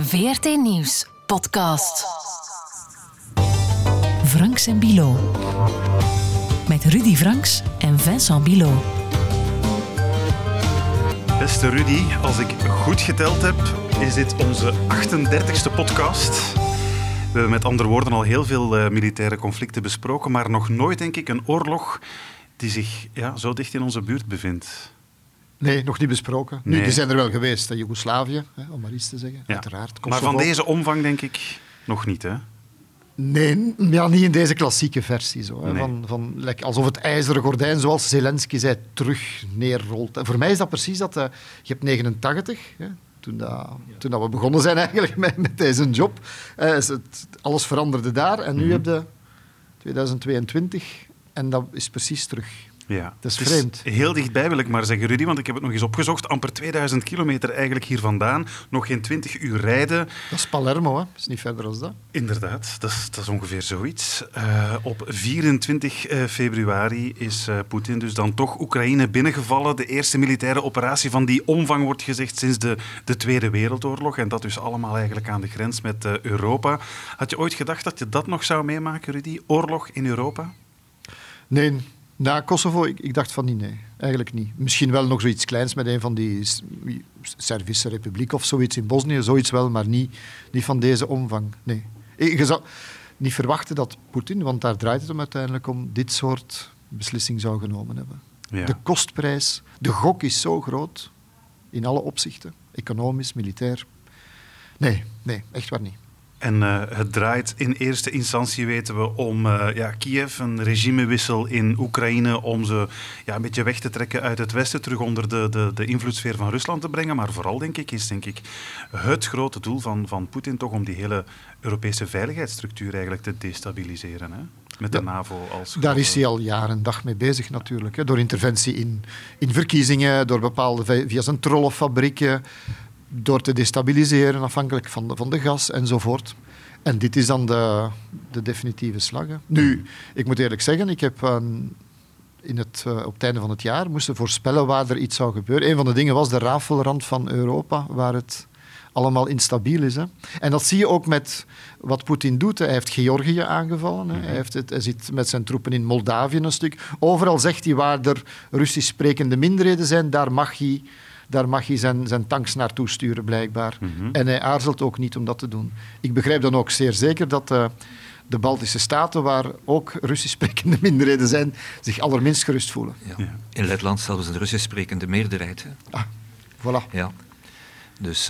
VRT Nieuws podcast. Franks en Bilot. Met Rudy Franks en Vincent Bilot. Beste Rudy, als ik goed geteld heb, is dit onze 38e podcast. We hebben met andere woorden al heel veel militaire conflicten besproken, maar nog nooit, denk ik, een oorlog die zich zo dicht in onze buurt bevindt. Nee, nog niet besproken. Nu, die zijn er wel geweest, Joegoslavië, om maar iets te zeggen, uiteraard. Kosovo. Maar van deze omvang, denk ik, nog niet, hè? Nee, niet in deze klassieke versie. Zo, hè. Nee. Alsof het ijzeren gordijn, zoals Zelensky zei, terug neerrolt. En voor mij is dat precies dat... je hebt 89, hè, toen dat we begonnen zijn eigenlijk met deze job. Alles veranderde daar. En nu heb je 2022 en dat is precies terug. Ja, dat is vreemd. Heel dichtbij wil ik maar zeggen, Rudy, want ik heb het nog eens opgezocht. Amper 2000 kilometer eigenlijk hier vandaan. Nog geen 20 uur rijden. Dat is Palermo, hè? Dat is niet verder dan dat. Inderdaad, dat is ongeveer zoiets. Op 24 februari is Poetin dus dan toch Oekraïne binnengevallen. De eerste militaire operatie van die omvang wordt gezegd sinds de Tweede Wereldoorlog. En dat dus allemaal eigenlijk aan de grens met Europa. Had je ooit gedacht dat je dat nog zou meemaken, Rudy? Oorlog in Europa? Nee. Na Kosovo, ik dacht van nee, eigenlijk niet. Misschien wel nog zoiets kleins met een van die Servische Republiek of zoiets in Bosnië, zoiets wel, maar niet van deze omvang. Nee. Je zou niet verwachten dat Poetin, want daar draait het hem uiteindelijk om, dit soort beslissing zou genomen hebben. Ja. De kostprijs, de gok is zo groot, in alle opzichten, economisch, militair. Nee, echt waar niet. En het draait in eerste instantie, weten we, om Kiev, een regimewissel in Oekraïne, om ze een beetje weg te trekken uit het westen, terug onder de invloedssfeer van Rusland te brengen. Maar vooral, is het grote doel van Poetin toch om die hele Europese veiligheidsstructuur eigenlijk te destabiliseren, hè? Met de NAVO als... Daar is hij al jaren en dag mee bezig natuurlijk. Hè? Door interventie in verkiezingen, door via zijn trollenfabrieken, door te destabiliseren, afhankelijk van de gas enzovoort. En dit is dan de definitieve slag. Hè. Nu, ik moet eerlijk zeggen, ik heb op het einde van het jaar moesten voorspellen waar er iets zou gebeuren. Een van de dingen was de rafelrand van Europa, waar het allemaal instabiel is. Hè. En dat zie je ook met wat Poetin doet. Hij heeft Georgië aangevallen. Hè. Hij zit met zijn troepen in Moldavië een stuk. Overal zegt hij waar er Russisch sprekende minderheden zijn, daar mag hij zijn tanks naartoe sturen, blijkbaar. En hij aarzelt ook niet om dat te doen. Ik begrijp dan ook zeer zeker dat de Baltische Staten, waar ook Russisch sprekende minderheden zijn, zich allerminst gerust voelen. Ja. In Letland zelfs een Russisch sprekende meerderheid. Hè. Voilà. Ja. Dus,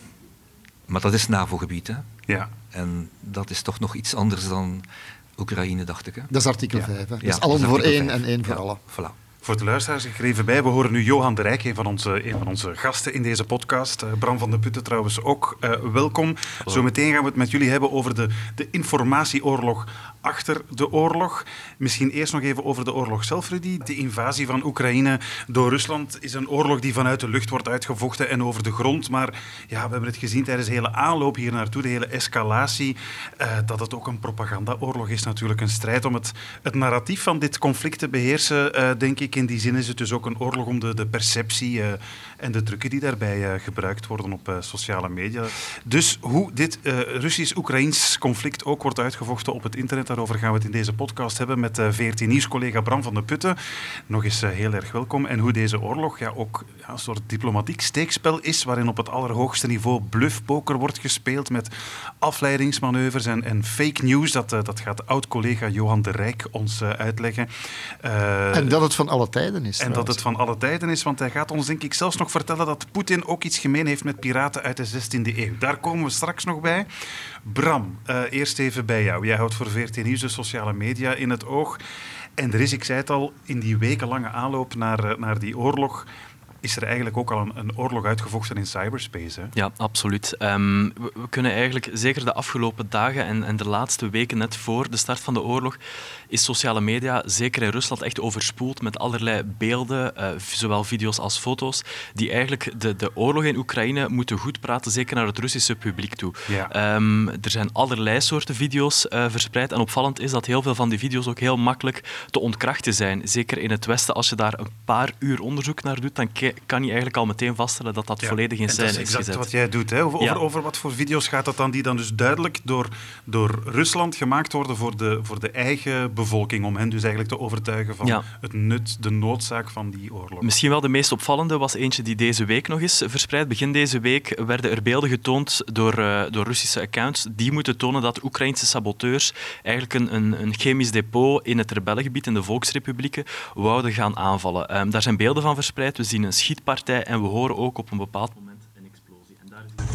maar dat is NAVO-gebied, hè? Ja. En dat is toch nog iets anders dan Oekraïne, dacht ik. Hè? Dat is artikel 5. Hè? Dat is allen voor één en één voor allen. Voilà. Voor de luisteraars, ik er even bij. We horen nu Johan de Rijk, een van onze gasten in deze podcast. Bram van de Putten trouwens ook. Welkom. Zometeen gaan we het met jullie hebben over de informatieoorlog achter de oorlog. Misschien eerst nog even over de oorlog zelf, Rudy. De invasie van Oekraïne door Rusland is een oorlog die vanuit de lucht wordt uitgevochten en over de grond. Maar we hebben het gezien tijdens de hele aanloop hier naartoe, de hele escalatie, dat het ook een propagandaoorlog is natuurlijk. Een strijd om het narratief van dit conflict te beheersen, denk ik. In die zin is het dus ook een oorlog om de perceptie en de trucken die daarbij gebruikt worden op sociale media. Dus hoe dit Russisch-Oekraïns conflict ook wordt uitgevochten op het internet, daarover gaan we het in deze podcast hebben met VRT Nieuws-collega Bram van de Putten. Nog eens heel erg welkom. En hoe deze oorlog ook een soort diplomatiek steekspel is, waarin op het allerhoogste niveau bluffpoker wordt gespeeld met afleidingsmanoeuvres en fake news. Dat gaat oud-collega Johan de Rijk ons uitleggen. En dat het van alle tijden is. En dat het van alle tijden is, want hij gaat ons denk ik zelfs nog vertellen dat Poetin ook iets gemeen heeft met piraten uit de 16e eeuw. Daar komen we straks nog bij. Bram, eerst even bij jou. Jij houdt voor VRT Nieuws de sociale media in het oog. En er is, ik zei het al, in die wekenlange aanloop naar die oorlog is er eigenlijk ook al een oorlog uitgevochten in cyberspace. Hè? Ja, absoluut. We kunnen eigenlijk, zeker de afgelopen dagen en de laatste weken net voor de start van de oorlog, is sociale media, zeker in Rusland, echt overspoeld met allerlei beelden, zowel video's als foto's, die eigenlijk de oorlog in Oekraïne moeten goed praten, zeker naar het Russische publiek toe. Ja. Er zijn allerlei soorten video's verspreid en opvallend is dat heel veel van die video's ook heel makkelijk te ontkrachten zijn. Zeker in het Westen, als je daar een paar uur onderzoek naar doet, dan kan je eigenlijk al meteen vaststellen dat dat volledig in scène is gezet. Dat is exact wat jij doet. Hè? Over wat voor video's gaat dat dan, die dan dus duidelijk door Rusland gemaakt worden voor de eigen bevolking, om hen dus eigenlijk te overtuigen van het nut, de noodzaak van die oorlog? Misschien wel de meest opvallende was eentje die deze week nog is verspreid. Begin deze week werden er beelden getoond door Russische accounts die moeten tonen dat Oekraïnse saboteurs eigenlijk een chemisch depot in het rebellengebied in de Volksrepublieken wouden gaan aanvallen. Daar zijn beelden van verspreid. We zien een schietpartij en we horen ook op een bepaald moment een explosie. En daar is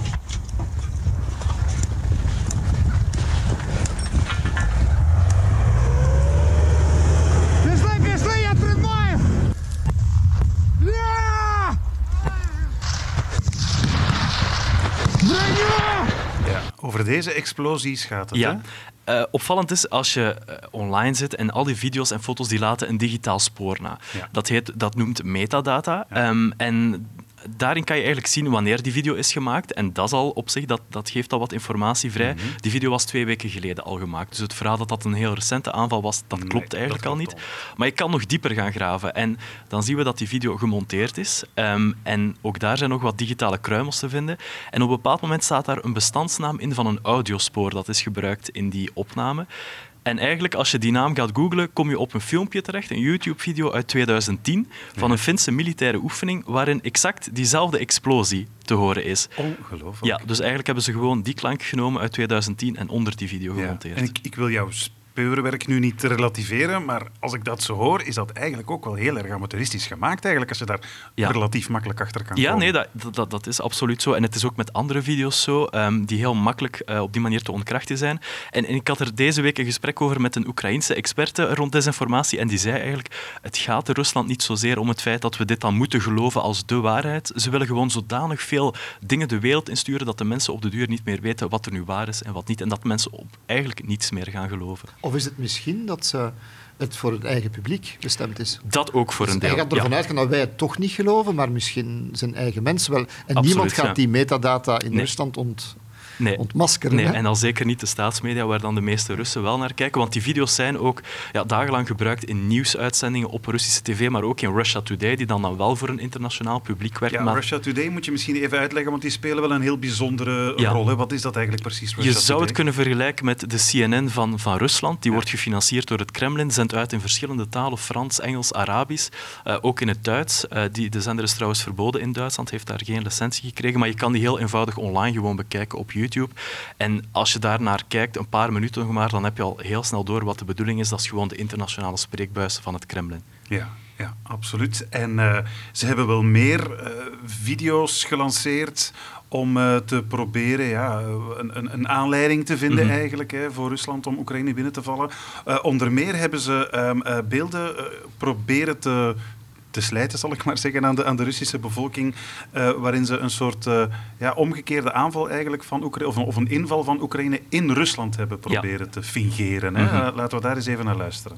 Over deze explosies gaat het, ja. Opvallend is als je online zit en al die video's en foto's die laten een digitaal spoor na. Ja. Dat noemt metadata. Ja. En daarin kan je eigenlijk zien wanneer die video is gemaakt. En dat is al op zich, dat geeft al wat informatie vrij. Mm-hmm. Die video was 2 weken geleden al gemaakt. Dus het verhaal dat dat een heel recente aanval was, dat klopt eigenlijk al niet. Maar je kan nog dieper gaan graven. En dan zien we dat die video gemonteerd is. En ook daar zijn nog wat digitale kruimels te vinden. En op een bepaald moment staat daar een bestandsnaam in van een audiospoor dat is gebruikt in die opname. En eigenlijk, als je die naam gaat googlen, kom je op een filmpje terecht, een YouTube-video uit 2010, van een Finse militaire oefening, waarin exact diezelfde explosie te horen is. Ongelooflijk. Ja, dus eigenlijk hebben ze gewoon die klank genomen uit 2010 en onder die video gemonteerd. En ik wil jouw speurwerk nu niet relativeren, maar als ik dat zo hoor, is dat eigenlijk ook wel heel erg amateuristisch gemaakt, eigenlijk, als je daar relatief makkelijk achter kan komen. Ja, nee, dat is absoluut zo. En het is ook met andere video's zo, die heel makkelijk op die manier te ontkrachten zijn. En ik had er deze week een gesprek over met een Oekraïense experte rond desinformatie, en die zei eigenlijk, het gaat in Rusland niet zozeer om het feit dat we dit dan moeten geloven als de waarheid. Ze willen gewoon zodanig veel dingen de wereld insturen dat de mensen op de duur niet meer weten wat er nu waar is en wat niet. En dat mensen eigenlijk niets meer gaan geloven. Of is het misschien dat het voor het eigen publiek bestemd is? Dat ook voor een deel. Hij gaat ervan uitgaan dat wij het toch niet geloven, maar misschien zijn eigen mensen wel. En absoluut, niemand gaat die metadata in Rusland ontmaskeren. Nee, hè? en al zeker niet de staatsmedia, waar dan de meeste Russen wel naar kijken. Want die video's zijn ook dagenlang gebruikt in nieuwsuitzendingen op Russische tv, maar ook in Russia Today, die dan wel voor een internationaal publiek werkt. Ja, maar Russia Today moet je misschien even uitleggen, want die spelen wel een heel bijzondere rol. Hè? Wat is dat eigenlijk precies, Russia Je zou het kunnen vergelijken met de CNN van Rusland. Die wordt gefinancierd door het Kremlin, zendt uit in verschillende talen, Frans, Engels, Arabisch, ook in het Duits. De zender is trouwens verboden in Duitsland, heeft daar geen licentie gekregen, maar je kan die heel eenvoudig online gewoon bekijken op YouTube. En als je daar naar kijkt, een paar minuten nog maar, dan heb je al heel snel door wat de bedoeling is. Dat is gewoon de internationale spreekbuis van het Kremlin. Ja, absoluut. En ze hebben wel meer video's gelanceerd om te proberen een aanleiding te vinden eigenlijk voor Rusland om Oekraïne binnen te vallen. Onder meer hebben ze beelden proberen te slijten, zal ik maar zeggen, aan de Russische bevolking, waarin ze een soort omgekeerde aanval eigenlijk van Oekraïne, of een inval van Oekraïne in Rusland hebben proberen te fingeren. Hè? Laten we daar eens even naar luisteren.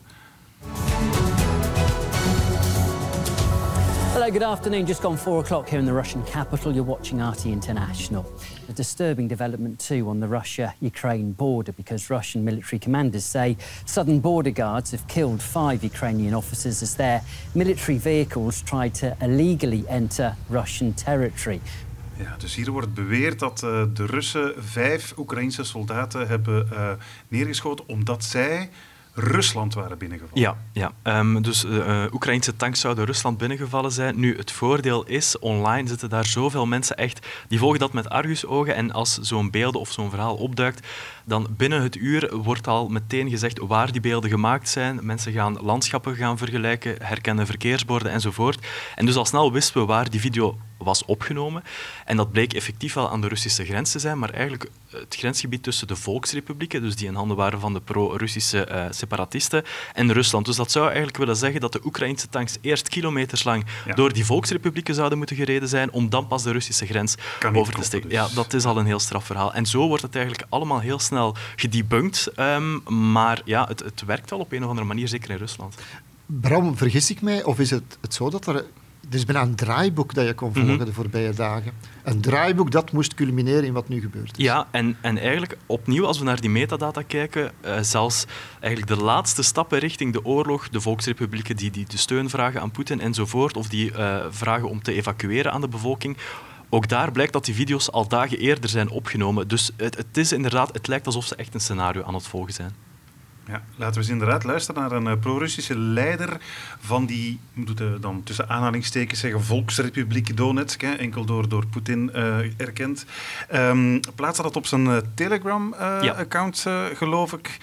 Hello, good afternoon. Just gone 4 o'clock here in the Russian capital. You're watching RT International. A disturbing development too on the Russia-Ukraine border, because Russian military commanders say southern border guards have killed 5 Ukrainian officers as their military vehicles tried to illegally enter Russian territory. Ja, dus hier wordt beweerd dat de Russen 5 Oekraïnse soldaten hebben neergeschoten omdat zij Rusland waren binnengevallen. Dus Oekraïnse tanks zouden Rusland binnengevallen zijn. Nu, het voordeel is, online zitten daar zoveel mensen echt, die volgen dat met argusogen, en als zo'n beelden of zo'n verhaal opduikt, dan binnen het uur wordt al meteen gezegd waar die beelden gemaakt zijn. Mensen gaan landschappen gaan vergelijken, herkennen verkeersborden enzovoort. En dus al snel wisten we waar die video was opgenomen. En dat bleek effectief wel aan de Russische grens te zijn, maar eigenlijk het grensgebied tussen de Volksrepublieken, dus die in handen waren van de pro-Russische separatisten, en Rusland. Dus dat zou eigenlijk willen zeggen dat de Oekraïnse tanks eerst kilometers lang door die Volksrepublieken zouden moeten gereden zijn, om dan pas de Russische grens over te steken. Dus. Ja, dat is al een heel straf verhaal. En zo wordt het eigenlijk allemaal heel snel gedebunked, maar ja, het werkt al op een of andere manier, zeker in Rusland. Bram, vergis ik mij, of is het zo dat er Er is bijna een draaiboek dat je kon volgen de voorbije dagen. Een draaiboek dat moest culmineren in wat nu gebeurt. Ja, en eigenlijk opnieuw, als we naar die metadata kijken, zelfs eigenlijk de laatste stappen richting de oorlog, de volksrepublieken die de steun vragen aan Poetin enzovoort, of die vragen om te evacueren aan de bevolking, ook daar blijkt dat die video's al dagen eerder zijn opgenomen. Dus het is inderdaad, het lijkt alsof ze echt een scenario aan het volgen zijn. Ja, laten we eens inderdaad luisteren naar een pro-Russische leider van die, moet dan tussen aanhalingstekens zeggen, Volksrepubliek Donetsk, enkel door Poetin erkend. Plaatste dat op zijn Telegram-account, geloof ik,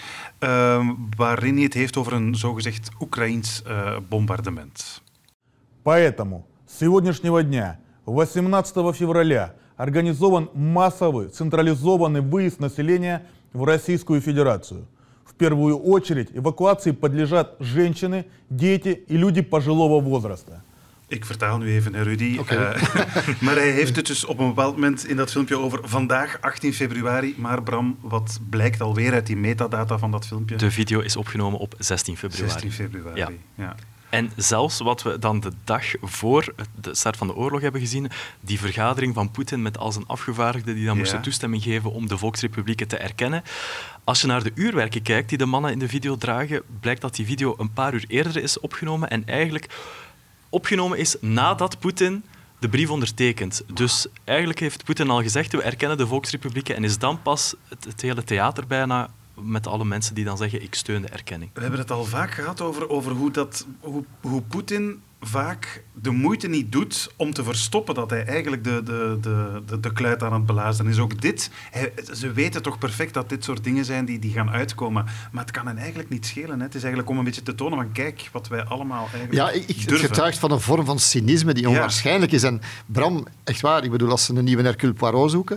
waarin hij het heeft over een zogezegd Oekraïns bombardement. Поэтому с сегодняшнего дня, 18 февраля, организован массовый централизованный выезд населения в Российскую Федерацию. В первую очередь эвакуации подлежат женщины, дети и люди пожилого возраста. Ik vertaal nu even, Rudy. Okay. Maar hij heeft het dus op een bepaald moment in dat filmpje over vandaag, 18 februari. Maar Bram, wat blijkt alweer uit die metadata van dat filmpje? De video is opgenomen op 16 februari. 16 februari, ja. En zelfs wat we dan de dag voor de start van de oorlog hebben gezien, die vergadering van Poetin met al zijn afgevaardigden die dan moesten toestemming geven om de volksrepublieken te erkennen. Als je naar de uurwerken kijkt die de mannen in de video dragen, blijkt dat die video een paar uur eerder is opgenomen en eigenlijk opgenomen is nadat Poetin de brief ondertekent. Dus eigenlijk heeft Poetin al gezegd, we erkennen de volksrepublieken en is dan pas het hele theater bijna met alle mensen die dan zeggen, ik steun de erkenning. We hebben het al vaak gehad over hoe Poetin vaak de moeite niet doet om te verstoppen dat hij eigenlijk de kluit aan het blazen is. Ook dit, ze weten toch perfect dat dit soort dingen zijn die gaan uitkomen. Maar het kan hen eigenlijk niet schelen. Hè. Het is eigenlijk om een beetje te tonen van kijk, wat wij allemaal eigenlijk het getuigt van een vorm van cynisme die onwaarschijnlijk is. En Bram, echt waar, ik bedoel, als ze een nieuwe Hercule Poirot zoeken...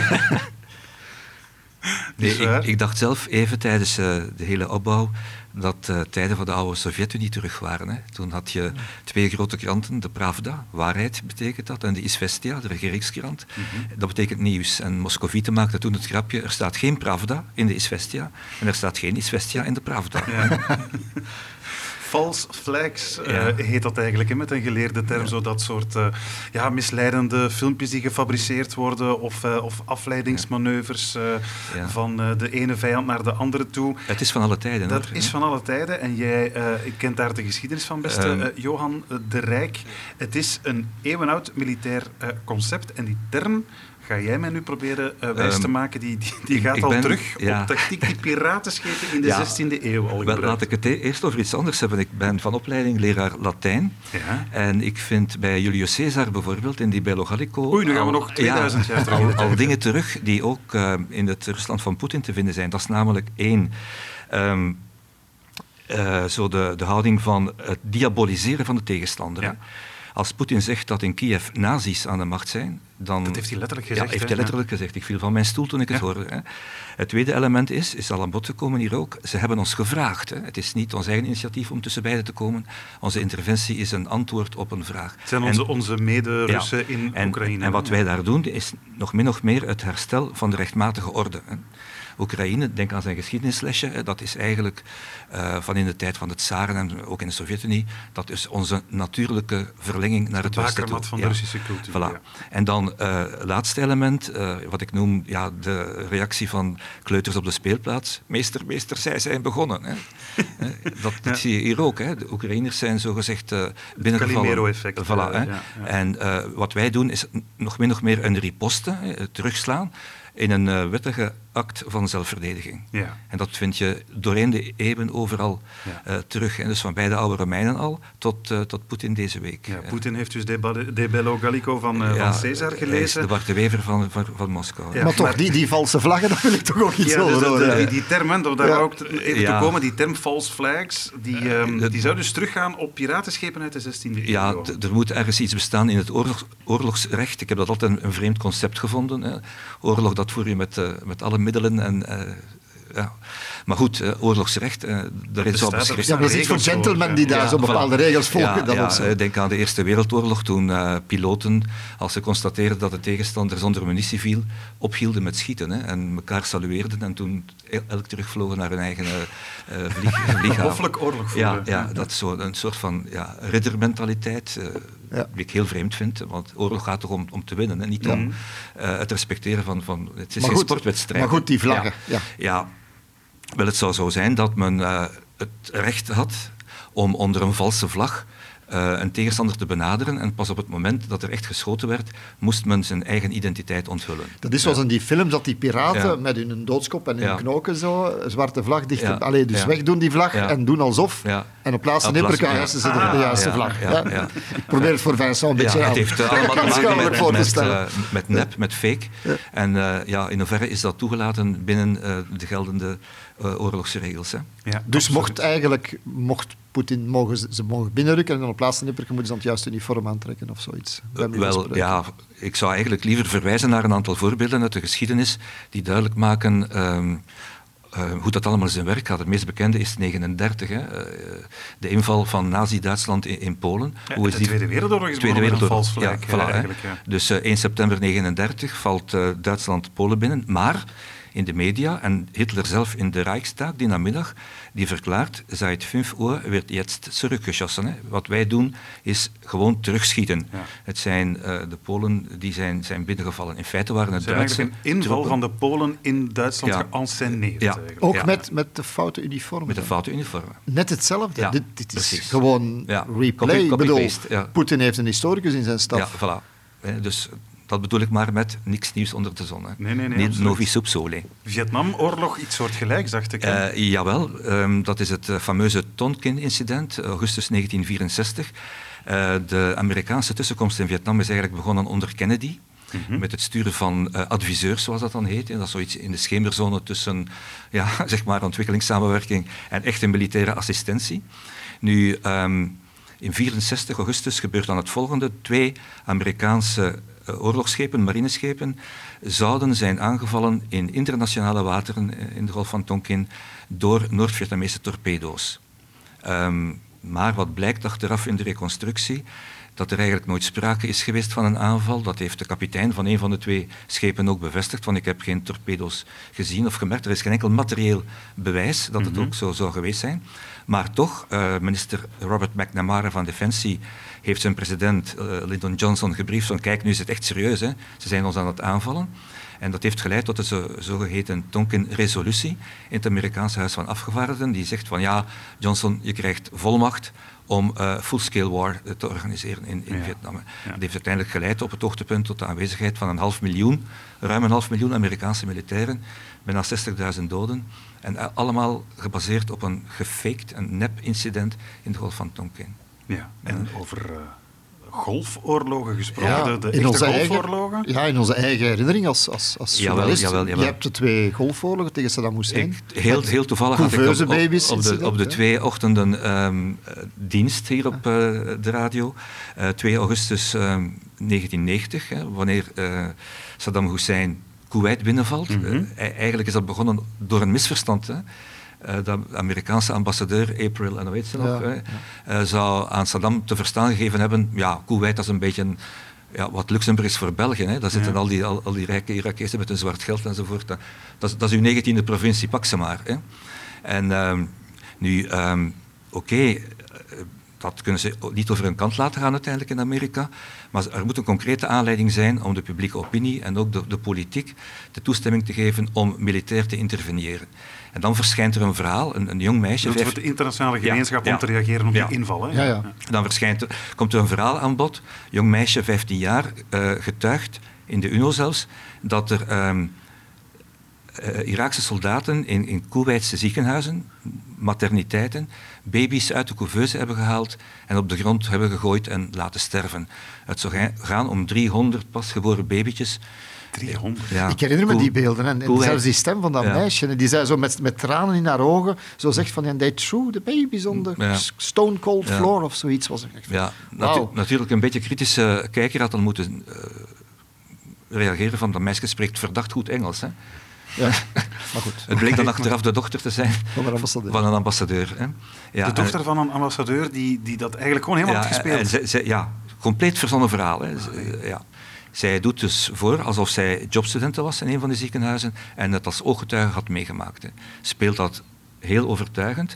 Nee, ik dacht zelf even tijdens de hele opbouw dat tijden van de oude Sovjet-Unie terug waren. Hè. Toen had je twee grote kranten, de Pravda, waarheid betekent dat, en de Izvestia, de regeringskrant. Dat betekent nieuws. En Moscovieten maakte toen het grapje, er staat geen Pravda in de Izvestia en er staat geen Izvestia in de Pravda. Ja. False flags heet dat eigenlijk, met een geleerde term. Zo dat soort misleidende filmpjes die gefabriceerd worden of afleidingsmanoeuvres van de ene vijand naar de andere toe. Het is van alle tijden. Dat is van alle tijden en jij kent daar de geschiedenis van, beste Johan de Rijk. Het is een eeuwenoud militair concept en die term ga jij mij nu proberen wijs te maken, die gaat al terug op tactiek die piratenschepen in de 16e eeuw al gebruikt. Laat ik het eerst over iets anders hebben. Ik ben van opleiding leraar Latijn. Ja. En ik vind bij Julius Caesar bijvoorbeeld, in die Bello Gallico... Oei, nu gaan we nog 2000 jaar terug. Al dingen terug die ook in het Rusland van Poetin te vinden zijn. Dat is namelijk één... zo de houding van het diaboliseren van de tegenstander. Ja. Als Poetin zegt dat in Kiev nazi's aan de macht zijn, dan... Dat heeft hij letterlijk gezegd. Ja, heeft hij letterlijk gezegd. Ik viel van mijn stoel toen ik het hoorde. Hè. Het tweede element is al aan bod gekomen hier ook, ze hebben ons gevraagd. Hè. Het is niet ons eigen initiatief om tussen beiden te komen. Onze interventie is een antwoord op een vraag. Het zijn onze mede-Russen in Oekraïne. En wat wij daar doen, is nog min of meer het herstel van de rechtmatige orde. Hè. Oekraïne, denk aan zijn geschiedenislesje, dat is eigenlijk van in de tijd van de tsaren en ook in de Sovjet-Unie, dat is onze natuurlijke verlenging naar het westen toe. Van de Russische cultuur. Voilà. Ja. En dan laatste element, wat ik noem de reactie van kleuters op de speelplaats. Meester, zij zijn begonnen. Hè. Dat zie je hier ook. Hè. De Oekraïners zijn zogezegd binnengevallen. Calimero-effect. Voilà, hè. Ja. En wat wij doen is nog min of meer een riposte, terugslaan, in een wettige act van zelfverdediging. Ja. En dat vind je doorheen de eeuwen overal terug. En dus van bij de oude Romeinen al tot Poetin deze week. Ja, Poetin heeft dus De Bello Gallico van Caesar gelezen. De Bart de Wever van Moskou. Ja, maar toch, die valse vlaggen, dat wil ik toch ook iets over. Die term, daar ook even te komen, die term false flags, die zou dus teruggaan op piratenschepen uit de 16e eeuw. Ja, er moet ergens iets bestaan in het oorlogsrecht. Ik heb dat altijd een vreemd concept gevonden. Hè. Oorlog, dat voer je met alle middelen en Ja. Maar goed, oorlogsrecht, daar is al beschreven. Ja, maar dat is voor gentlemen die daar zo bepaalde regels volgen. Ja, denk aan de Eerste Wereldoorlog, toen piloten, als ze constateerden dat de tegenstander zonder munitie viel, ophielden met schieten en elkaar salueerden en toen elk terugvlogen naar hun eigen vlieghaven. Hoffelijk oorlog voeren. Ja, dat is zo een soort van riddermentaliteit, die ik heel vreemd vind, want oorlog gaat toch om te winnen, hè? Niet om het respecteren van het is geen sportwedstrijd. Maar goed, die vlaggen. Ja. Wel, het zou zo zijn dat men het recht had om onder een valse vlag een tegenstander te benaderen en pas op het moment dat er echt geschoten werd, moest men zijn eigen identiteit onthullen. Dat is zoals in die films, dat die piraten met hun doodskop en hun knoken zo, zwarte vlag dicht, wegdoen die vlag en doen alsof. En op laatste nipper krijgen ze de juiste vlag. Ik probeer het voor Vincent een beetje het heeft allemaal te maken met nep, met fake. En in hoeverre is dat toegelaten binnen de geldende oorlogsregels. Hè? Ja, dus mocht Poetin mogen binnenrukken en dan op laatste nipper moeten ze dan het juiste uniform aantrekken of zoiets. Ik zou eigenlijk liever verwijzen naar een aantal voorbeelden uit de geschiedenis die duidelijk maken hoe dat allemaal in zijn werk gaat. Het meest bekende is 1939, de inval van Nazi-Duitsland in Polen. Hoe is die Tweede Wereldoorlog is begonnen met een vals vlijk. Dus 1 september 1939 valt Duitsland Polen binnen, maar in de media en Hitler zelf in de Reichstag die namiddag, die verklaart, seit 5 uur wird jetzt zurückgeschossen. Hè. Wat wij doen is gewoon terugschieten. Ja. Het zijn de Polen die zijn binnengevallen. In feite waren het Duitse een inval van de Polen in Duitsland geënsceneerd. Ja. Ook met de foute uniformen. Met de foute uniformen. Net hetzelfde. Ja, dit is gewoon replay. Ik bedoel, Poetin heeft een historicus in zijn staf. Ja, voilà. Dus dat bedoel ik maar met niks nieuws onder de zon. Hè. Nee. Novi sub sole. Vietnamoorlog, iets soortgelijks, dacht ik. Jawel, dat is het fameuze Tonkin-incident, augustus 1964. De Amerikaanse tussenkomst in Vietnam is eigenlijk begonnen onder Kennedy. Mm-hmm. Met het sturen van adviseurs, zoals dat dan heet. En dat is zoiets in de schemerzone tussen ontwikkelingssamenwerking en echte militaire assistentie. Nu, in 64 augustus gebeurt dan het volgende. 2 Amerikaanse oorlogsschepen, marineschepen, zouden zijn aangevallen in internationale wateren in de Golf van Tonkin door Noord-Vietnamese torpedo's. Maar wat blijkt achteraf in de reconstructie, dat er eigenlijk nooit sprake is geweest van een aanval. Dat heeft de kapitein van een van de 2 schepen ook bevestigd, want ik heb geen torpedo's gezien of gemerkt. Er is geen enkel materieel bewijs dat het ook zo zou geweest zijn. Maar toch, minister Robert McNamara van Defensie heeft zijn president Lyndon Johnson gebriefd van kijk, nu is het echt serieus, hè. Ze zijn ons aan het aanvallen. En dat heeft geleid tot de zogeheten Tonkin-resolutie in het Amerikaanse Huis van Afgevaardigden, die zegt van ja, Johnson, je krijgt volmacht om full-scale war te organiseren in Vietnam. Ja. Dat heeft uiteindelijk geleid op het hoogtepunt tot de aanwezigheid van ruim een half miljoen Amerikaanse militairen, bijna 60.000 doden. En allemaal gebaseerd op een gefaked, een nep-incident in de Golf van Tonkin. Ja, en over golfoorlogen gesproken, de echte golfoorlogen? In onze eigen herinnering als journalist. Jawel. Je hebt de 2 golfoorlogen tegen Saddam Hussein. Heel toevallig had ik op de 2 ochtenden dienst hier op de radio. 2 augustus 1990, wanneer Saddam Hussein Kuwait binnenvalt. Mm-hmm. Eigenlijk is dat begonnen door een misverstand. De Amerikaanse ambassadeur, April, en hoe heet ze nog, zou aan Saddam te verstaan gegeven hebben, Kuwait dat is een beetje wat Luxemburg is voor België. Hè. Daar zitten al die rijke Irakezen met hun zwart geld enzovoort. Dat is uw 19e provincie, pak ze maar. Hè. En dat kunnen ze niet over hun kant laten gaan uiteindelijk in Amerika. Maar er moet een concrete aanleiding zijn om de publieke opinie en ook de politiek de toestemming te geven om militair te interveneren. En dan verschijnt er een verhaal, een jong meisje... Dat voor de internationale gemeenschap om te reageren op die inval. Hè? Ja. Dan komt er een verhaal aan bod. Jong meisje, 15 jaar, getuigt, in de UNO zelfs, dat er Iraakse soldaten in Koeweitse ziekenhuizen, materniteiten, baby's uit de couveuse hebben gehaald en op de grond hebben gegooid en laten sterven. Het zou gaan om 300 pasgeboren babytjes. 300? Ja. Ik herinner me die beelden. En zelfs die stem van dat meisje. Die zei zo met tranen in haar ogen, zo zegt van, they threw the babies on the stone cold floor of zoiets. Was echt natuurlijk een beetje kritische kijker had dan moeten reageren van, dat meisje spreekt verdacht goed Engels. Hè? Ja. Maar goed. Het bleek dan achteraf de dochter te zijn van een ambassadeur. Hè. Ja, de dochter van een ambassadeur die dat eigenlijk gewoon helemaal had gespeeld. Compleet verzonnen verhaal. Hè. Ja. Zij doet dus voor alsof zij jobstudenten was in een van de ziekenhuizen en het als ooggetuige had meegemaakt. Hè. Speelt dat heel overtuigend.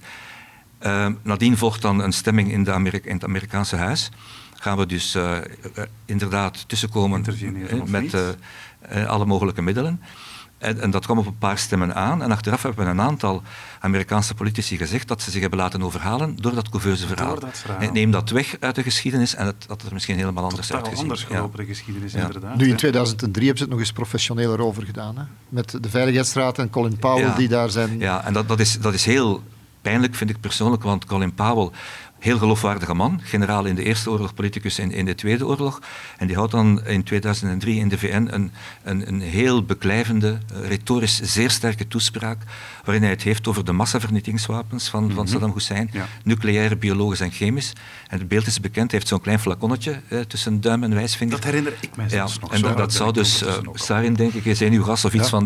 Nadien volgt dan een stemming in het Amerikaanse huis. Gaan we dus inderdaad tussenkomen met alle mogelijke middelen. En dat kwam op een paar stemmen aan. En achteraf hebben een aantal Amerikaanse politici gezegd dat ze zich hebben laten overhalen door dat couveuse verhaal. Neem dat weg uit de geschiedenis en dat er misschien helemaal anders uitgezien. Anders gelopen de geschiedenis, inderdaad. Nu in 2003 hebben ze het nog eens professioneler over gedaan. Hè? Met de Veiligheidsraad en Colin Powell die daar zijn. Ja, en dat is heel pijnlijk, vind ik persoonlijk, want Colin Powell, heel geloofwaardige man, generaal in de Eerste Oorlog, politicus in de Tweede Oorlog. En die houdt dan in 2003 in de VN een heel beklijvende, retorisch zeer sterke toespraak, waarin hij het heeft over de massavernietigingswapens van Saddam Hussein, nucleaire, biologisch en chemisch. En het beeld is bekend, hij heeft zo'n klein flaconnetje tussen duim en wijsvinger. Dat herinner ik mij zelfs nog. En dat zou dus sarin, denk ik, zenuwgas of iets van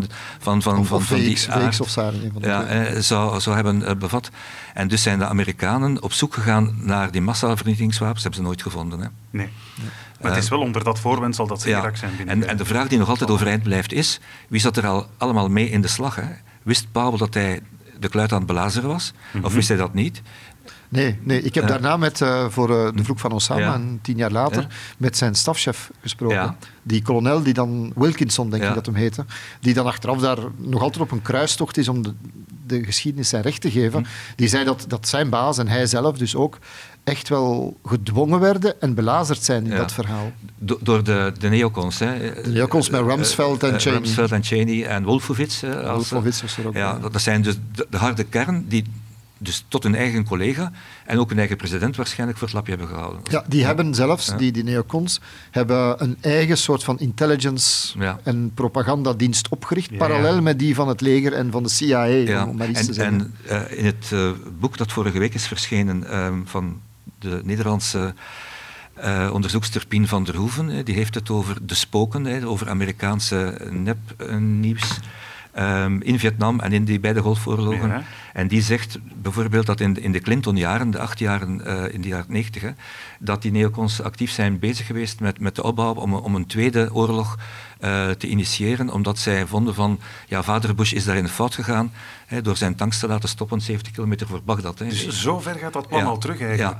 die aard, of sarin, zou hebben bevat. En dus zijn de Amerikanen op zoek gegaan naar die massavernietigingswapens, hebben ze nooit gevonden. Hè. Nee. Maar het is wel onder dat voorwendsel dat ze Irak zijn binnen. En de vraag die nog altijd overeind blijft is, wie zat er al allemaal mee in de slag? Hè? Wist Powell dat hij de kluit aan het belazeren was? Of wist hij dat niet? Nee. Ik heb daarna voor de vloek van Osama, en 10 jaar later, met zijn stafchef gesproken. Ja. Die kolonel, die dan Wilkinson, denk ik dat hem heette, die dan achteraf daar nog altijd op een kruistocht is om de geschiedenis zijn recht te geven. Die zei dat zijn baas en hij zelf dus ook echt wel gedwongen werden en belazerd zijn in dat verhaal. Door de neocons. Hè. De neocons met Rumsfeld en Cheney. Rumsfeld en Cheney en Wolfowitz. Wolfowitz was er ook. Ja, dat zijn dus de harde kern die dus tot hun eigen collega en ook hun eigen president waarschijnlijk voor het lapje hebben gehouden. Ja, die hebben zelfs, die neocons, hebben een eigen soort van intelligence en propagandadienst opgericht, parallel met die van het leger en van de CIA, om maar iets te zeggen. En in het boek dat vorige week is verschenen van de Nederlandse onderzoekster Pien van der Hoeven, die heeft het over de spoken, over Amerikaanse nepnieuws. In Vietnam en in die beide golfoorlogen. Ja. En die zegt bijvoorbeeld dat in de Clinton-jaren, de 8 jaren in de jaren 90, dat die neocons actief zijn bezig geweest met de opbouw om een tweede oorlog te initiëren, omdat zij vonden van, vader Bush is daar in de fout gegaan door zijn tanks te laten stoppen 70 kilometer voor Bagdad. Dus zo ver gaat dat plan al terug eigenlijk.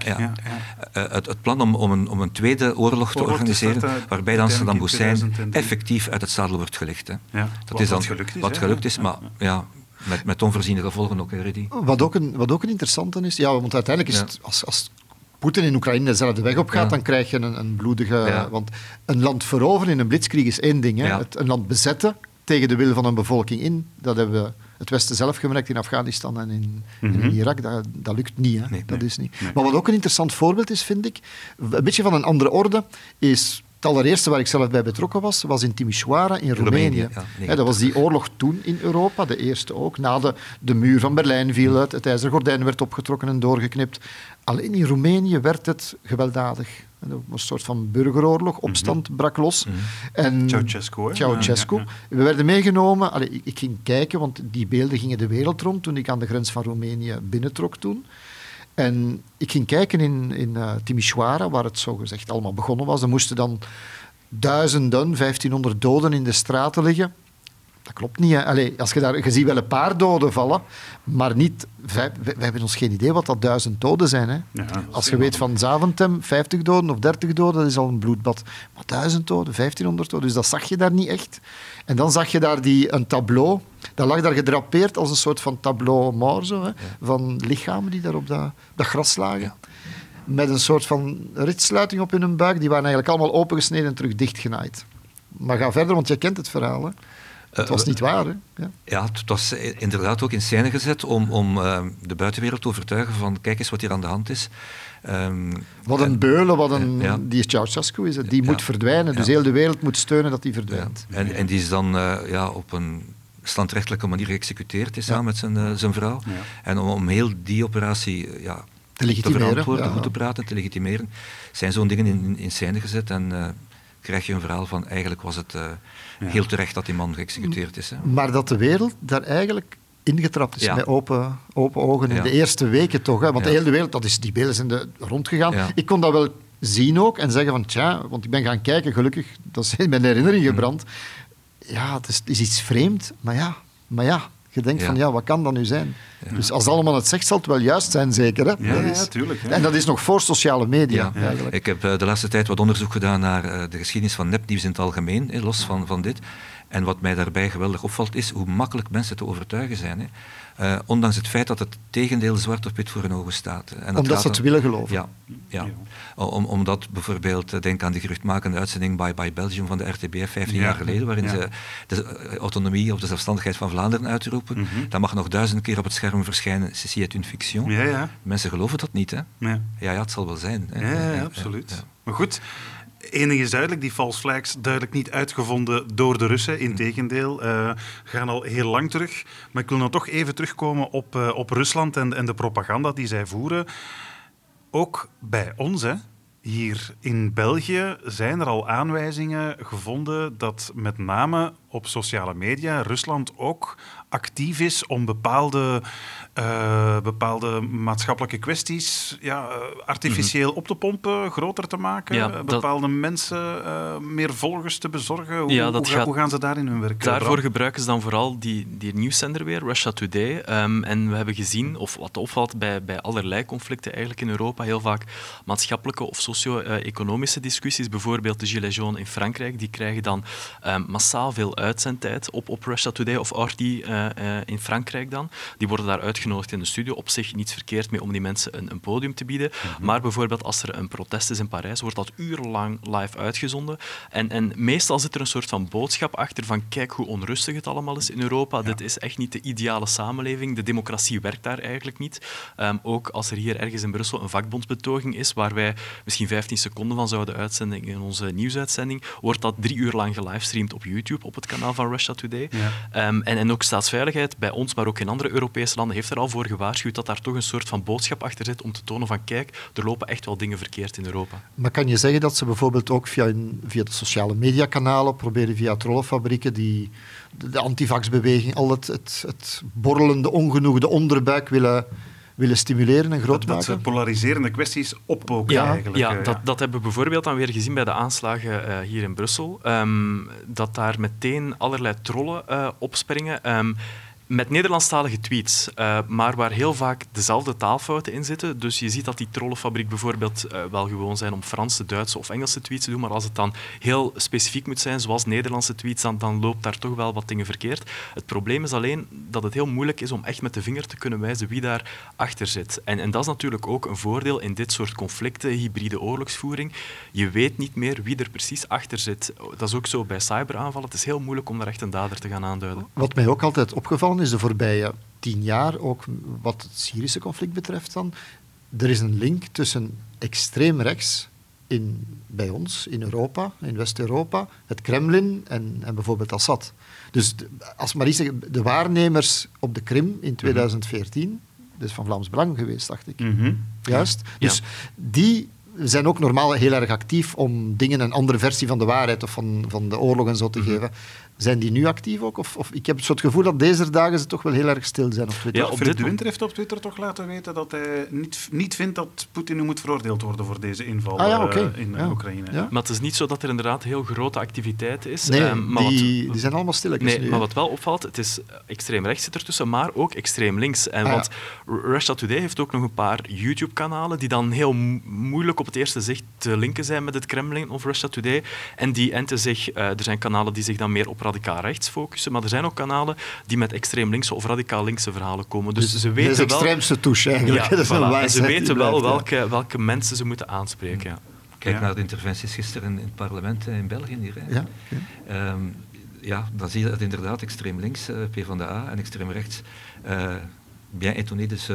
Het plan om een tweede oorlog te organiseren, waarbij dan Saddam Hussein effectief uit het zadel wordt gelegd. Hè. Ja, dat is dan wat gelukt is, maar met onvoorziene gevolgen ook, Rudy. Wat ook een interessante is, want uiteindelijk is het, als Poetin in Oekraïne dezelfde weg op gaat, dan krijg je een bloedige... Want een land veroveren in een blitzkrieg is één ding. Hè. Een land bezetten tegen de wil van een bevolking in, dat hebben we het Westen zelf gemerkt in Afghanistan en in Irak. Dat lukt niet. Hè. Dat is niet. Maar wat ook een interessant voorbeeld is, vind ik, een beetje van een andere orde, is... Het allereerste waar ik zelf bij betrokken was in Timișoara in Roemenië. Dat was die oorlog toen in Europa, de eerste ook. Na de muur van Berlijn viel uit, het ijzeren gordijn werd opgetrokken en doorgeknipt. Alleen in Roemenië werd het gewelddadig. Dat was een soort van burgeroorlog, opstand brak los. En Ceausescu. We werden meegenomen. Ik ging kijken, want die beelden gingen de wereld rond toen ik aan de grens van Roemenië binnentrok toen. En ik ging kijken in Timișoara, waar het zogezegd allemaal begonnen was. Er moesten dan 1500 doden in de straten liggen. Dat klopt niet. Hè. Je ziet wel een paar doden vallen, maar niet... We hebben ons geen idee wat dat 1000 doden zijn. Hè. Ja, als je weet van Zaventem, 50 doden of 30 doden, dat is al een bloedbad. Maar 1000 doden, 1500 doden, dus dat zag je daar niet echt. En dan zag je daar een tableau, dat lag daar gedrapeerd als een soort van tableau mort, zo, hè, van lichamen die daar op dat gras lagen. Ja. Met een soort van ritsluiting op hun buik, die waren eigenlijk allemaal opengesneden en terug dichtgenaaid. Maar ga verder, want je kent het verhaal, hè. Het was niet waar, hè? Ja, het was inderdaad ook in scène gezet om de buitenwereld te overtuigen van kijk eens wat hier aan de hand is. Wat een beulen, die Ceausescu is het. Die moet verdwijnen, dus heel de wereld moet steunen dat die verdwijnt. Ja. En die is dan op een standrechtelijke manier geëxecuteerd samen met zijn vrouw. Ja. En om heel die operatie te verantwoorden, goed te praten, te legitimeren, zijn zo'n dingen in scène gezet en... krijg je een verhaal van eigenlijk was het heel terecht dat die man geëxecuteerd is. Hè. Maar dat de wereld daar eigenlijk ingetrapt is met open ogen in de eerste weken toch. Hè? Want de hele wereld, die beelden zijn rondgegaan. Ja. Ik kon dat wel zien ook en zeggen van want ik ben gaan kijken, gelukkig, dat is in mijn herinnering gebrand. Ja, het is iets vreemd, maar ja. Je denkt van, wat kan dat nu zijn? Ja. Dus als allemaal het zegt, zal het wel juist zijn, zeker. Hè? Ja, tuurlijk. En dat is nog voor sociale media, eigenlijk. Ik heb de laatste tijd wat onderzoek gedaan naar de geschiedenis van nepnieuws in het algemeen, los van dit. En wat mij daarbij geweldig opvalt, is hoe makkelijk mensen te overtuigen zijn. Hè. Ondanks het feit dat het tegendeel zwart op wit voor hun ogen staat. En omdat ze het willen geloven. Ja. Omdat bijvoorbeeld, denk aan de geruchtmakende uitzending Bye Belgium van de RTBF 15 jaar geleden, waarin ze de autonomie of de zelfstandigheid van Vlaanderen uitroepen. Mm-hmm. Dat mag nog 1000 keer op het scherm verschijnen. Ceci est une fiction. Ja. Mensen geloven dat niet. Hè? Ja, het zal wel zijn. Ja, absoluut. Ja. Maar goed... Eén ding is duidelijk, die false flags duidelijk niet uitgevonden door de Russen. Integendeel, gaan al heel lang terug. Maar ik wil nou toch even terugkomen op Rusland en de propaganda die zij voeren. Ook bij ons, hè. Hier in België zijn er al aanwijzingen gevonden dat met name op sociale media Rusland ook actief is om bepaalde maatschappelijke kwesties artificieel op te pompen, groter te maken, bepaalde mensen meer volgers te bezorgen. Hoe gaan ze daar in hun werk? Daarvoor gebruiken ze dan vooral die nieuwszender weer, Russia Today. En we hebben gezien, of wat opvalt bij allerlei conflicten eigenlijk in Europa, heel vaak maatschappelijke of socio-economische discussies, bijvoorbeeld de Gilets jaunes in Frankrijk, die krijgen dan massaal veel uitzendtijd op Russia Today of RT in Frankrijk dan. Die worden daar uitgenodigd in de studio. Op zich niets verkeerd mee om die mensen een podium te bieden. Mm-hmm. Maar bijvoorbeeld als er een protest is in Parijs, wordt dat urenlang live uitgezonden. En meestal zit er een soort van boodschap achter van kijk hoe onrustig het allemaal is in Europa. Ja. Dit is echt niet de ideale samenleving. De democratie werkt daar eigenlijk niet. Ook als er hier ergens in Brussel een vakbondsbetoging is, waar wij misschien 15 seconden van zouden uitzenden in onze nieuwsuitzending, wordt dat 3 uur lang gelivestreamd op YouTube, op het kanaal van Russia Today. Ja. En ook Staatsveiligheid, bij ons, maar ook in andere Europese landen, heeft er al voor gewaarschuwd dat daar toch een soort van boodschap achter zit om te tonen van kijk, er lopen echt wel dingen verkeerd in Europa. Maar kan je zeggen dat ze bijvoorbeeld ook via de sociale mediakanalen proberen via trollenfabrieken de antivaxbeweging, al het borrelende ongenoegen, de onderbuik willen stimuleren en groot maken? Dat ze polariserende kwesties oppoken eigenlijk. Ja, dat hebben we bijvoorbeeld dan weer gezien bij de aanslagen hier in Brussel. Dat daar meteen allerlei trollen opspringen. Met Nederlandstalige tweets, maar waar heel vaak dezelfde taalfouten in zitten. Dus je ziet dat die trollenfabriek bijvoorbeeld wel gewoon zijn om Franse, Duitse of Engelse tweets te doen, maar als het dan heel specifiek moet zijn, zoals Nederlandse tweets, dan loopt daar toch wel wat dingen verkeerd. Het probleem is alleen dat het heel moeilijk is om echt met de vinger te kunnen wijzen wie daar achter zit. En dat is natuurlijk ook een voordeel in dit soort conflicten, hybride oorlogsvoering. Je weet niet meer wie er precies achter zit. Dat is ook zo bij cyberaanvallen. Het is heel moeilijk om daar echt een dader te gaan aanduiden. Wat mij ook altijd opgevallen is de voorbije 10 jaar, ook wat het Syrische conflict betreft dan, er is een link tussen extreem rechts bij ons, in Europa, in West-Europa, het Kremlin en bijvoorbeeld Assad. Dus als maar eens zeggen, de waarnemers op de Krim in 2014, dat is van Vlaams Belang geweest, dacht ik. Mm-hmm. Juist. Dus die zijn ook normaal heel erg actief om dingen een andere versie van de waarheid of van de oorlog en zo te geven. Zijn die nu actief ook? Of ik heb het gevoel dat deze dagen ze toch wel heel erg stil zijn op Twitter. Ja, Fred de Winter heeft op Twitter toch laten weten dat hij niet vindt dat Poetin nu moet veroordeeld worden voor deze inval in Oekraïne. Ja. Maar het is niet zo dat er inderdaad heel grote activiteit is. Nee, die zijn allemaal stilletjes nu. Maar wat wel opvalt, het is extreem rechts zit ertussen, maar ook extreem links. Want Russia Today heeft ook nog een paar YouTube-kanalen die dan heel moeilijk op het eerste zicht te linken zijn met het Kremlin of Russia Today. En die enten zich, er zijn kanalen die zich dan meer op radicaal rechts focussen, maar er zijn ook kanalen die met extreem linkse of radicaal linkse verhalen komen. Dus ze weten dat is extreemste touche eigenlijk. Ja, en ze weten wel welke mensen ze moeten aanspreken. Ja. Kijk naar de interventies gisteren in het parlement in België hier. Dan zie je dat inderdaad extreem links, PvdA, en extreem rechts bien étonné, dus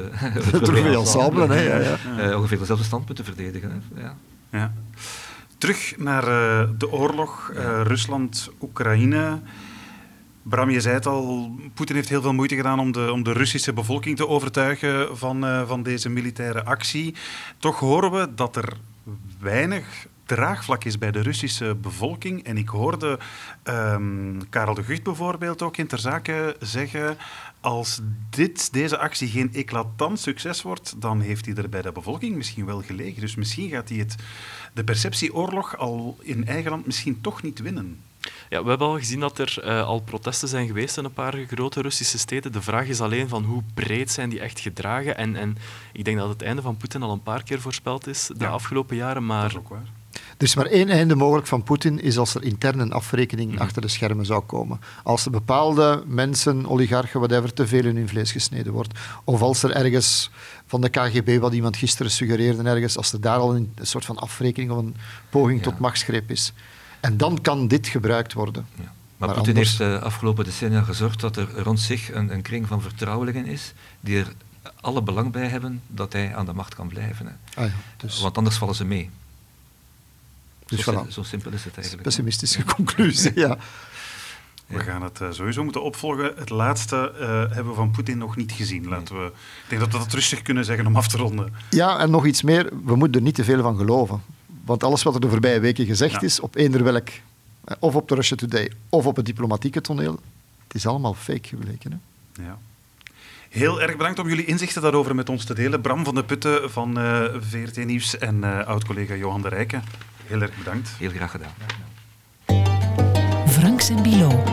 ongeveer dezelfde standpunten verdedigen. Hè. Ja. Terug naar de oorlog, Rusland-Oekraïne. Bram, je zei het al, Poetin heeft heel veel moeite gedaan om de Russische bevolking te overtuigen van deze militaire actie. Toch horen we dat er weinig draagvlak is bij de Russische bevolking. En ik hoorde Karel de Gucht bijvoorbeeld ook in ter zake zeggen, als deze actie geen eclatant succes wordt, dan heeft hij er bij de bevolking misschien wel gelegen. Dus misschien gaat hij de perceptieoorlog al in eigen land misschien toch niet winnen. Ja, we hebben al gezien dat er al protesten zijn geweest in een paar grote Russische steden. De vraag is alleen van hoe breed zijn die echt gedragen. En ik denk dat het einde van Poetin al een paar keer voorspeld is de afgelopen jaren. Maar... Dat is ook waar. Er is maar één einde mogelijk van Poetin, is als er intern een afrekening achter de schermen zou komen. Als er bepaalde mensen, oligarchen, whatever, te veel in hun vlees gesneden wordt. Of als er ergens van de KGB, wat iemand gisteren suggereerde, ergens, als er daar al een soort van afrekening of een poging tot machtsgreep is. En dan kan dit gebruikt worden. Ja. Maar Poetin heeft de afgelopen decennia gezorgd dat er rond zich een kring van vertrouwelingen is, die er alle belang bij hebben dat hij aan de macht kan blijven. Hè. Dus. Want anders vallen ze mee. Dus zo simpel is het eigenlijk. Pessimistische conclusie, ja. We gaan het sowieso moeten opvolgen. Het laatste hebben we van Poetin nog niet gezien. Ik denk dat we dat rustig kunnen zeggen om af te ronden. Ja, en nog iets meer. We moeten er niet te veel van geloven. Want alles wat er de voorbije weken gezegd is, op eender welk, of op de Russia Today, of op het diplomatieke toneel, het is allemaal fake gebleken. Hè? Ja. Heel erg bedankt om jullie inzichten daarover met ons te delen. Bram van de Putten van VRT Nieuws en oud-collega Johan de Rijken. Heel erg bedankt. Heel graag gedaan. Franks en Bilo.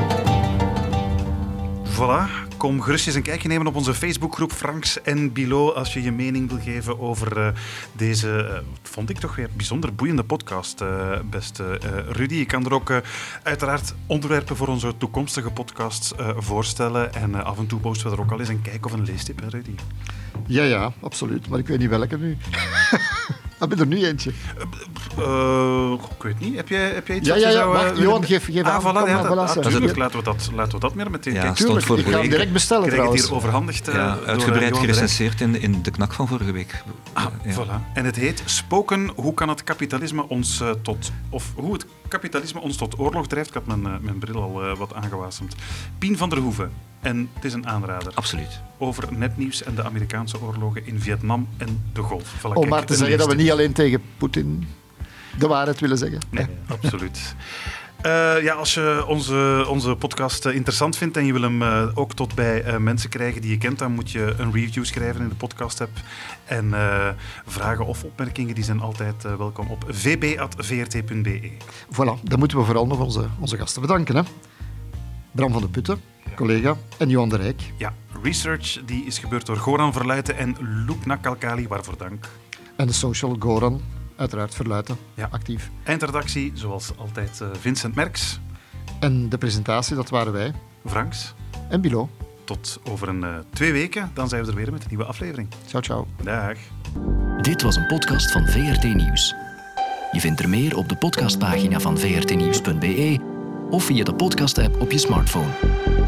Voilà. Kom gerust eens een kijkje nemen op onze Facebookgroep Franks en Bilo als je je mening wil geven over deze, vond ik toch weer, bijzonder boeiende podcast, beste Rudy. Je kan er ook uiteraard onderwerpen voor onze toekomstige podcasts voorstellen en af en toe posten we er ook al eens een kijk of een leestip, hè Rudy? Ja, absoluut. Maar ik weet niet welke nu. Heb je er nu eentje? Ik weet niet. Heb jij iets? Wacht, Johan, geef aan. Natuurlijk, laten we dat meer meteen kijken. Tuurlijk, ik ga hem direct bestellen trouwens. Ik krijg het hier overhandigd. Uitgebreid gerecenseerd in de knak van vorige week. Voilà. En het heet Spoken, hoe kan het kapitalisme ons hoe het kapitalisme ons tot oorlog drijft. Ik had mijn bril al wat aangewasemd. Pien van der Hoeven. En het is een aanrader. Absoluut. Over nepnieuws en de Amerikaanse oorlogen in Vietnam en de Golf. Om maar te zeggen dat we niet alleen tegen Poetin de waarheid willen zeggen. Nee, absoluut. Als je onze podcast interessant vindt en je wil hem ook tot bij mensen krijgen die je kent, dan moet je een review schrijven in de podcast-app. En vragen of opmerkingen die zijn altijd welkom op vb@vrt.be. Voilà, dan moeten we vooral nog onze gasten bedanken. Hè? Bram van de Putten, collega, en Johan de Rijk. Ja, research die is gebeurd door Goran Verluijten en Lubna Kalkali, waarvoor dank. En de social Goran, uiteraard Verluijten, actief. Eindredactie, zoals altijd, Vincent Merks. En de presentatie, dat waren wij. Franks. En Bilo. Tot over 2 weken, dan zijn we er weer met een nieuwe aflevering. Ciao. Dag. Dit was een podcast van VRT Nieuws. Je vindt er meer op de podcastpagina van vrtnieuws.be of via de podcast-app op je smartphone.